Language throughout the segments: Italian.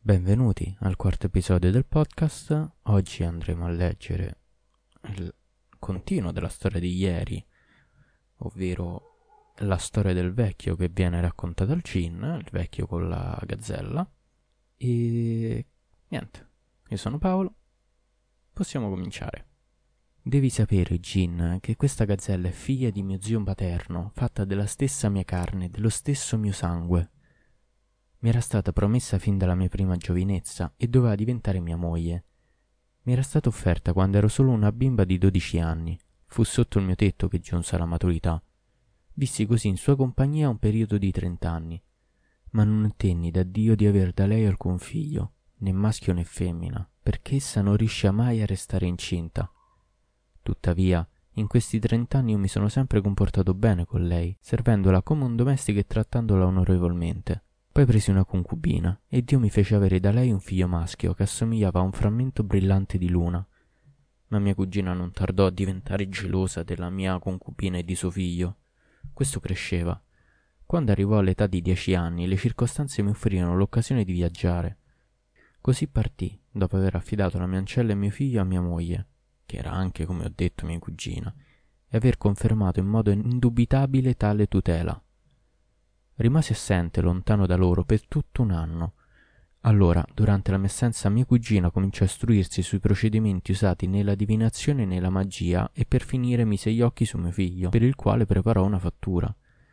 Benvenuti al quarto episodio del podcast. Oggi andremo a leggere il continuo della storia di ieri, ovvero la storia del vecchio che viene raccontata al gin, il vecchio con la gazzella. E niente, io sono Paolo, possiamo cominciare. Devi sapere, Gin, che questa gazzella è figlia di mio zio paterno, fatta della stessa mia carne, dello stesso mio sangue. Mi era stata promessa fin dalla mia prima giovinezza e doveva diventare mia moglie. Mi era stata offerta quando ero solo una bimba di 12 anni. Fu sotto il mio tetto che giunse alla maturità. Vissi così in sua compagnia un periodo di 30 anni, ma non ottenni da Dio di aver da lei alcun figlio, né maschio né femmina, perché essa non riuscì mai a restare incinta. Tuttavia, in questi 30 anni io mi sono sempre comportato bene con lei, servendola come un domestico e trattandola onorevolmente. Poi presi una concubina e Dio mi fece avere da lei un figlio maschio che assomigliava a un frammento brillante di luna. Ma mia cugina non tardò a diventare gelosa della mia concubina e di suo figlio. Questo cresceva. Quando arrivò all'età di 10 anni, le circostanze mi offrirono l'occasione di viaggiare. Così partì, dopo aver affidato la mia ancella e mio figlio a mia moglie, che era anche, come ho detto, mia cugina, e aver confermato in modo indubitabile tale tutela. Rimasi assente, lontano da loro, per tutto un anno. Allora, durante la mia assenza, mia cugina cominciò a istruirsi sui procedimenti usati nella divinazione e nella magia e per finire mise gli occhi su mio figlio, per il quale preparò una fattura.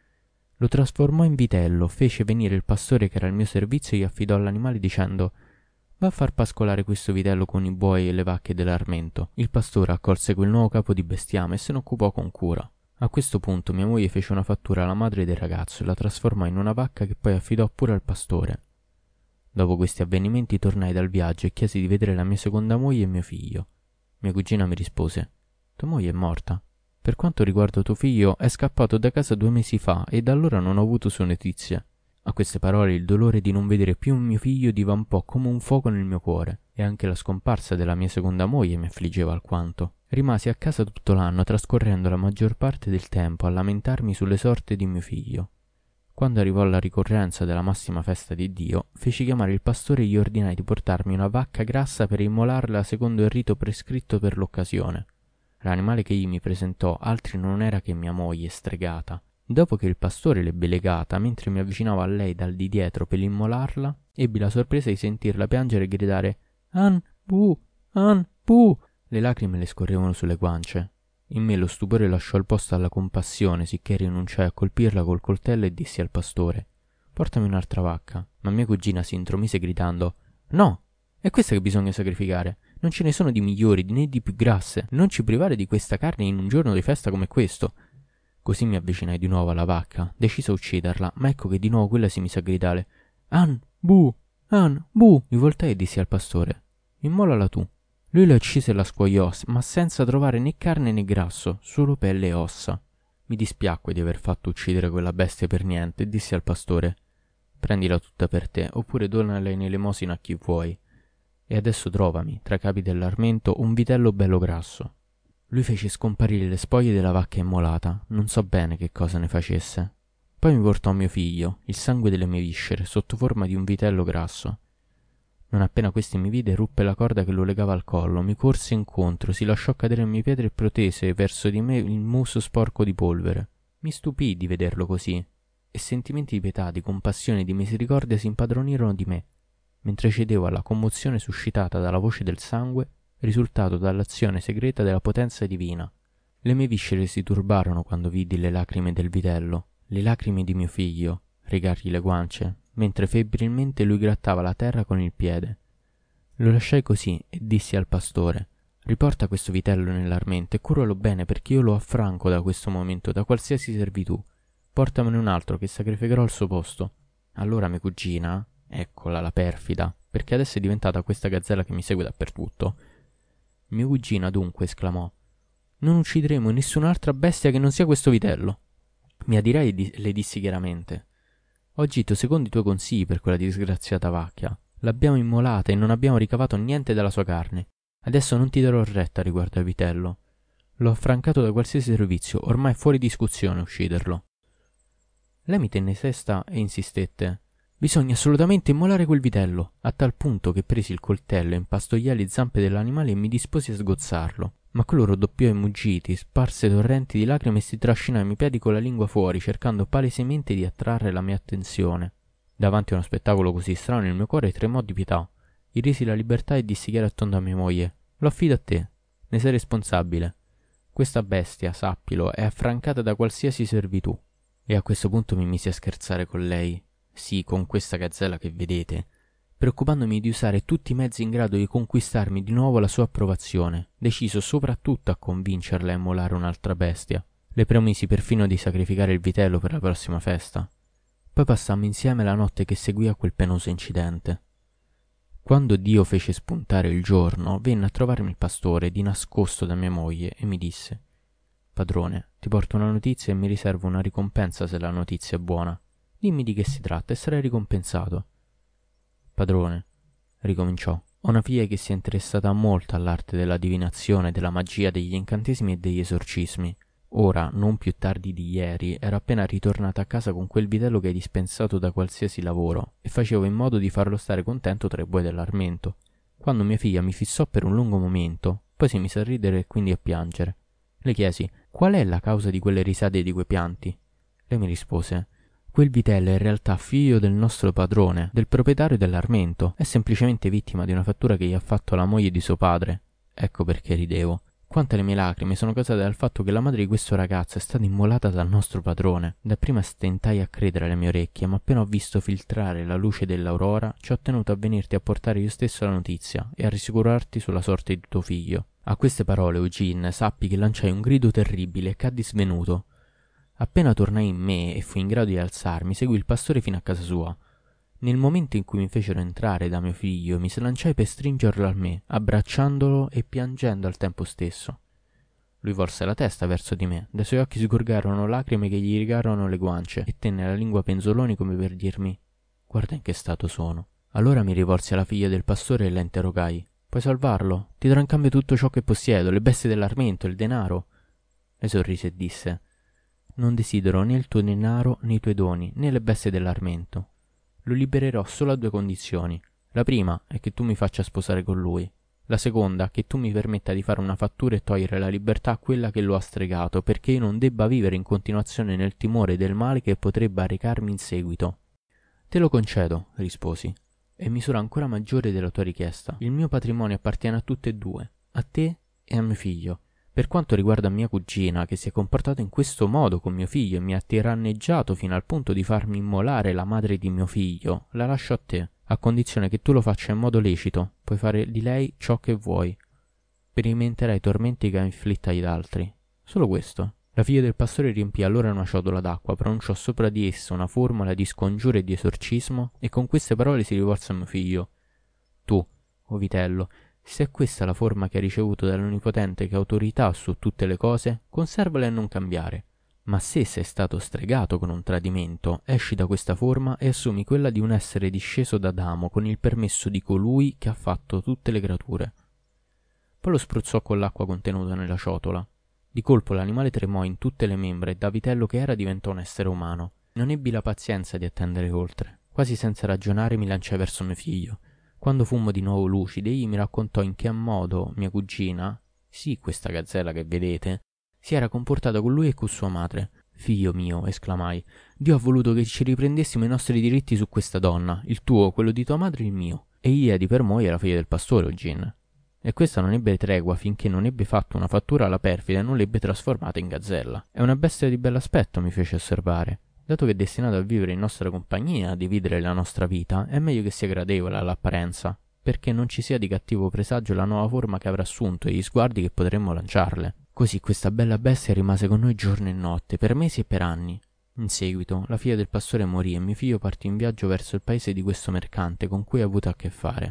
Lo trasformò in vitello, fece venire il pastore che era al mio servizio e gli affidò l'animale dicendo: «Va a far pascolare questo vitello con i buoi e le vacche dell'armento». Il pastore accolse quel nuovo capo di bestiame e se ne occupò con cura. A questo punto mia moglie fece una fattura alla madre del ragazzo e la trasformò in una vacca che poi affidò pure al pastore. Dopo questi avvenimenti tornai dal viaggio e chiesi di vedere la mia seconda moglie e mio figlio. Mia cugina mi rispose: «Tua moglie è morta. Per quanto riguarda tuo figlio, è scappato da casa 2 mesi fa e da allora non ho avuto sue notizie». A queste parole il dolore di non vedere più mio figlio divampò come un fuoco nel mio cuore, e anche la scomparsa della mia seconda moglie mi affliggeva alquanto. Rimasi a casa tutto l'anno, trascorrendo la maggior parte del tempo a lamentarmi sulle sorti di mio figlio. Quando arrivò la ricorrenza della massima festa di Dio, feci chiamare il pastore e gli ordinai di portarmi una vacca grassa per immolarla secondo il rito prescritto per l'occasione. L'animale che egli mi presentò altri non era che mia moglie stregata. Dopo che il pastore l'ebbe legata, mentre mi avvicinavo a lei dal di dietro per immolarla, ebbi la sorpresa di sentirla piangere e gridare «An, bu, An, bu!». Le lacrime le scorrevano sulle guance. In me lo stupore lasciò il posto alla compassione, sicché rinunciai a colpirla col coltello e dissi al pastore: «Portami un'altra vacca». Ma mia cugina si intromise gridando: «No, è questa che bisogna sacrificare. Non ce ne sono di migliori né di più grasse. Non ci privare di questa carne in un giorno di festa come questo». Così mi avvicinai di nuovo alla vacca, deciso a ucciderla, ma ecco che di nuovo quella si mise a gridare «An, bu, An, bu!». Mi voltai e dissi al pastore: «Immolala tu». Lui la uccise e la scuoiò, ma senza trovare né carne né grasso, solo pelle e ossa. Mi dispiacque di aver fatto uccidere quella bestia per niente e dissi al pastore: «Prendila tutta per te, oppure donala in elemosina a chi vuoi. E adesso trovami, tra i capi dell'armento, un vitello bello grasso». Lui fece scomparire le spoglie della vacca immolata, non so bene che cosa ne facesse. Poi mi portò mio figlio, il sangue delle mie viscere, sotto forma di un vitello grasso. Non appena questi mi vide, ruppe la corda che lo legava al collo, mi corse incontro, si lasciò cadere in miei piedi e protese verso di me il muso sporco di polvere. Mi stupii di vederlo così, e sentimenti di pietà, di compassione e di misericordia si impadronirono di me, mentre cedevo alla commozione suscitata dalla voce del sangue, risultato dall'azione segreta della potenza divina. Le mie viscere si turbarono quando vidi le lacrime del vitello, le lacrime di mio figlio, regargli le guance, mentre febbrilmente lui grattava la terra con il piede. Lo lasciai così e dissi al pastore: «Riporta questo vitello nell'armento e curalo bene, perché io lo affranco da questo momento da qualsiasi servitù. Portamene un altro che sacrificherò al suo posto». Allora mia cugina, eccola la perfida, perché adesso è diventata questa gazzella che mi segue dappertutto. Mia cugina dunque esclamò: «Non uccideremo nessun'altra bestia che non sia questo vitello». Mi adirai e le dissi chiaramente: «Ho agito secondo i tuoi consigli per quella disgraziata vacca. L'abbiamo immolata e non abbiamo ricavato niente dalla sua carne. Adesso non ti darò retta riguardo al vitello. L'ho affrancato da qualsiasi servizio, ormai è fuori discussione ucciderlo». Lei mi tenne testa e insistette: Bisogna assolutamente immolare quel vitello, a tal punto che presi il coltello e impastoiai le zampe dell'animale e mi disposi a sgozzarlo. Ma quello raddoppiò i muggiti, sparse torrenti di lacrime e si trascinò i miei piedi con la lingua fuori, cercando palesemente di attrarre la mia attenzione. Davanti a uno spettacolo così strano il mio cuore tremò di pietà. Gli resi la libertà e dissi chiaro e tondo a mia moglie: lo affido a te, ne sei responsabile. Questa bestia, sappilo, è affrancata da qualsiasi servitù. E a questo punto mi misi a scherzare con lei. Sì, con questa gazzella che vedete, preoccupandomi di usare tutti i mezzi in grado di conquistarmi di nuovo la sua approvazione, deciso soprattutto a convincerla a immolare un'altra bestia. Le promisi perfino di sacrificare il vitello per la prossima festa. Poi passammo insieme la notte che seguì a quel penoso incidente. Quando Dio fece spuntare il giorno, venne a trovarmi il pastore di nascosto da mia moglie e mi disse: «Padrone, ti porto una notizia e mi riservo una ricompensa se la notizia è buona. Dimmi di che si tratta e sarai ricompensato». «Padrone», ricominciò, «ho una figlia che si è interessata molto all'arte della divinazione, della magia, degli incantesimi e degli esorcismi. Ora, non più tardi di ieri, era appena ritornata a casa con quel vitello che hai dispensato da qualsiasi lavoro e facevo in modo di farlo stare contento tra i buoi dell'armento, quando mia figlia mi fissò per un lungo momento, poi si mise a ridere e quindi a piangere. Le chiesi: qual è la causa di quelle risate e di quei pianti? Lei mi rispose: quel vitello è in realtà figlio del nostro padrone, del proprietario dell'armento, è semplicemente vittima di una fattura che gli ha fatto la moglie di suo padre. Ecco perché ridevo. Quante le mie lacrime sono causate dal fatto che la madre di questo ragazzo è stata immolata dal nostro padrone. Dapprima stentai a credere alle mie orecchie, ma appena ho visto filtrare la luce dell'aurora, ci ho tenuto a venirti a portare io stesso la notizia e a rassicurarti sulla sorte di tuo figlio. A queste parole, Eugene, sappi che lanciai un grido terribile e caddi svenuto. Appena tornai in me e fui in grado di alzarmi, seguì il pastore fino a casa sua. Nel momento in cui mi fecero entrare da mio figlio, mi slanciai per stringerlo a me, abbracciandolo e piangendo al tempo stesso. Lui volse la testa verso di me, dai suoi occhi sgorgarono lacrime che gli rigarono le guance e tenne la lingua penzoloni come per dirmi: «Guarda in che stato sono». Allora mi rivolsi alla figlia del pastore e la interrogai: «Puoi salvarlo? Ti darò in cambio tutto ciò che possiedo, le bestie dell'armento, il denaro». Lei sorrise e disse: «Non desidero né il tuo denaro, né i tuoi doni, né le bestie dell'armento. Lo libererò solo a due condizioni. La prima è che tu mi faccia sposare con lui. La seconda, che tu mi permetta di fare una fattura e togliere la libertà a quella che lo ha stregato, perché io non debba vivere in continuazione nel timore del male che potrebbe arrecarmi in seguito». «Te lo concedo», risposi, «è misura ancora maggiore della tua richiesta. Il mio patrimonio appartiene a tutte e due, a te e a mio figlio. Per quanto riguarda mia cugina, che si è comportata in questo modo con mio figlio e mi ha tiranneggiato fino al punto di farmi immolare la madre di mio figlio, la lascio a te, a condizione che tu lo faccia in modo lecito. Puoi fare di lei ciò che vuoi. Sperimenterai i tormenti che ha inflitti agli altri. Solo questo». La figlia del pastore riempì allora una ciotola d'acqua, pronunciò sopra di essa una formula di scongiura e di esorcismo, e con queste parole si rivolse a mio figlio: «Tu, o vitello, se è questa la forma che hai ricevuto dall'Onnipotente che ha autorità su tutte le cose, conservala e non cambiare. Ma se sei stato stregato con un tradimento, esci da questa forma e assumi quella di un essere disceso da Adamo con il permesso di colui che ha fatto tutte le creature». Poi lo spruzzò con l'acqua contenuta nella ciotola. Di colpo l'animale tremò in tutte le membra e da vitello che era diventò un essere umano. Non ebbi la pazienza di attendere oltre. Quasi senza ragionare mi lanciai verso mio figlio. Quando fummo di nuovo lucidi, egli mi raccontò in che modo mia cugina, sì, questa gazzella che vedete, si era comportata con lui e con sua madre. «Figlio mio», esclamai, «Dio ha voluto che ci riprendessimo i nostri diritti su questa donna, il tuo, quello di tua madre e il mio». E gli diedi per moglie la figlia del pastore, Eugene. E questa non ebbe tregua finché non ebbe fatto una fattura alla perfida e non l'ebbe trasformata in gazzella. «È una bestia di bell'aspetto», mi fece osservare. «Dato che è destinato a vivere in nostra compagnia, a dividere la nostra vita, è meglio che sia gradevole all'apparenza, perché non ci sia di cattivo presagio la nuova forma che avrà assunto e gli sguardi che potremmo lanciarle». Così questa bella bestia rimase con noi giorno e notte, per mesi e per anni. In seguito, la figlia del pastore morì e mio figlio partì in viaggio verso il paese di questo mercante con cui ha avuto a che fare.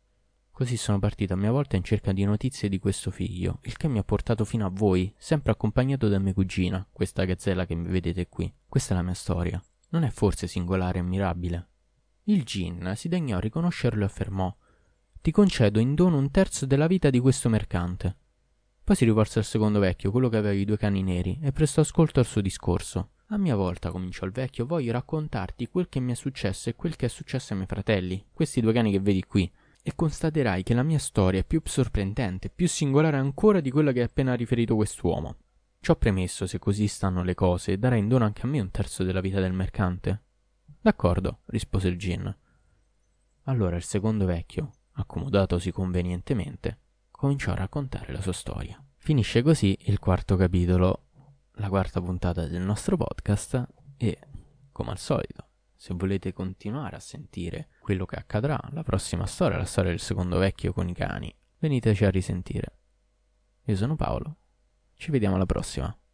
Così sono partito a mia volta in cerca di notizie di questo figlio, il che mi ha portato fino a voi, sempre accompagnato da mia cugina, questa gazzella che mi vedete qui. Questa è la mia storia. Non è forse singolare e ammirabile? Il gin si degnò riconoscerlo e affermò: «Ti concedo in dono un terzo della vita di questo mercante». Poi si rivolse al secondo vecchio, quello che aveva i due cani neri, e prestò ascolto al suo discorso. A mia volta, cominciò il vecchio, voglio raccontarti quel che mi è successo e quel che è successo ai miei fratelli, questi 2 cani che vedi qui, e constaterai che la mia storia è più sorprendente, più singolare ancora di quella che ha appena riferito quest'uomo. Ciò premesso, se così stanno le cose, darai in dono anche a me un terzo della vita del mercante? D'accordo, rispose il gin. Allora il secondo vecchio, accomodatosi convenientemente, cominciò a raccontare la sua storia. Finisce così il 4º capitolo, la 4ª puntata del nostro podcast, e, come al solito, se volete continuare a sentire quello che accadrà, la prossima storia, la storia del secondo vecchio con i cani, veniteci a risentire. Io sono Paolo, ci vediamo alla prossima.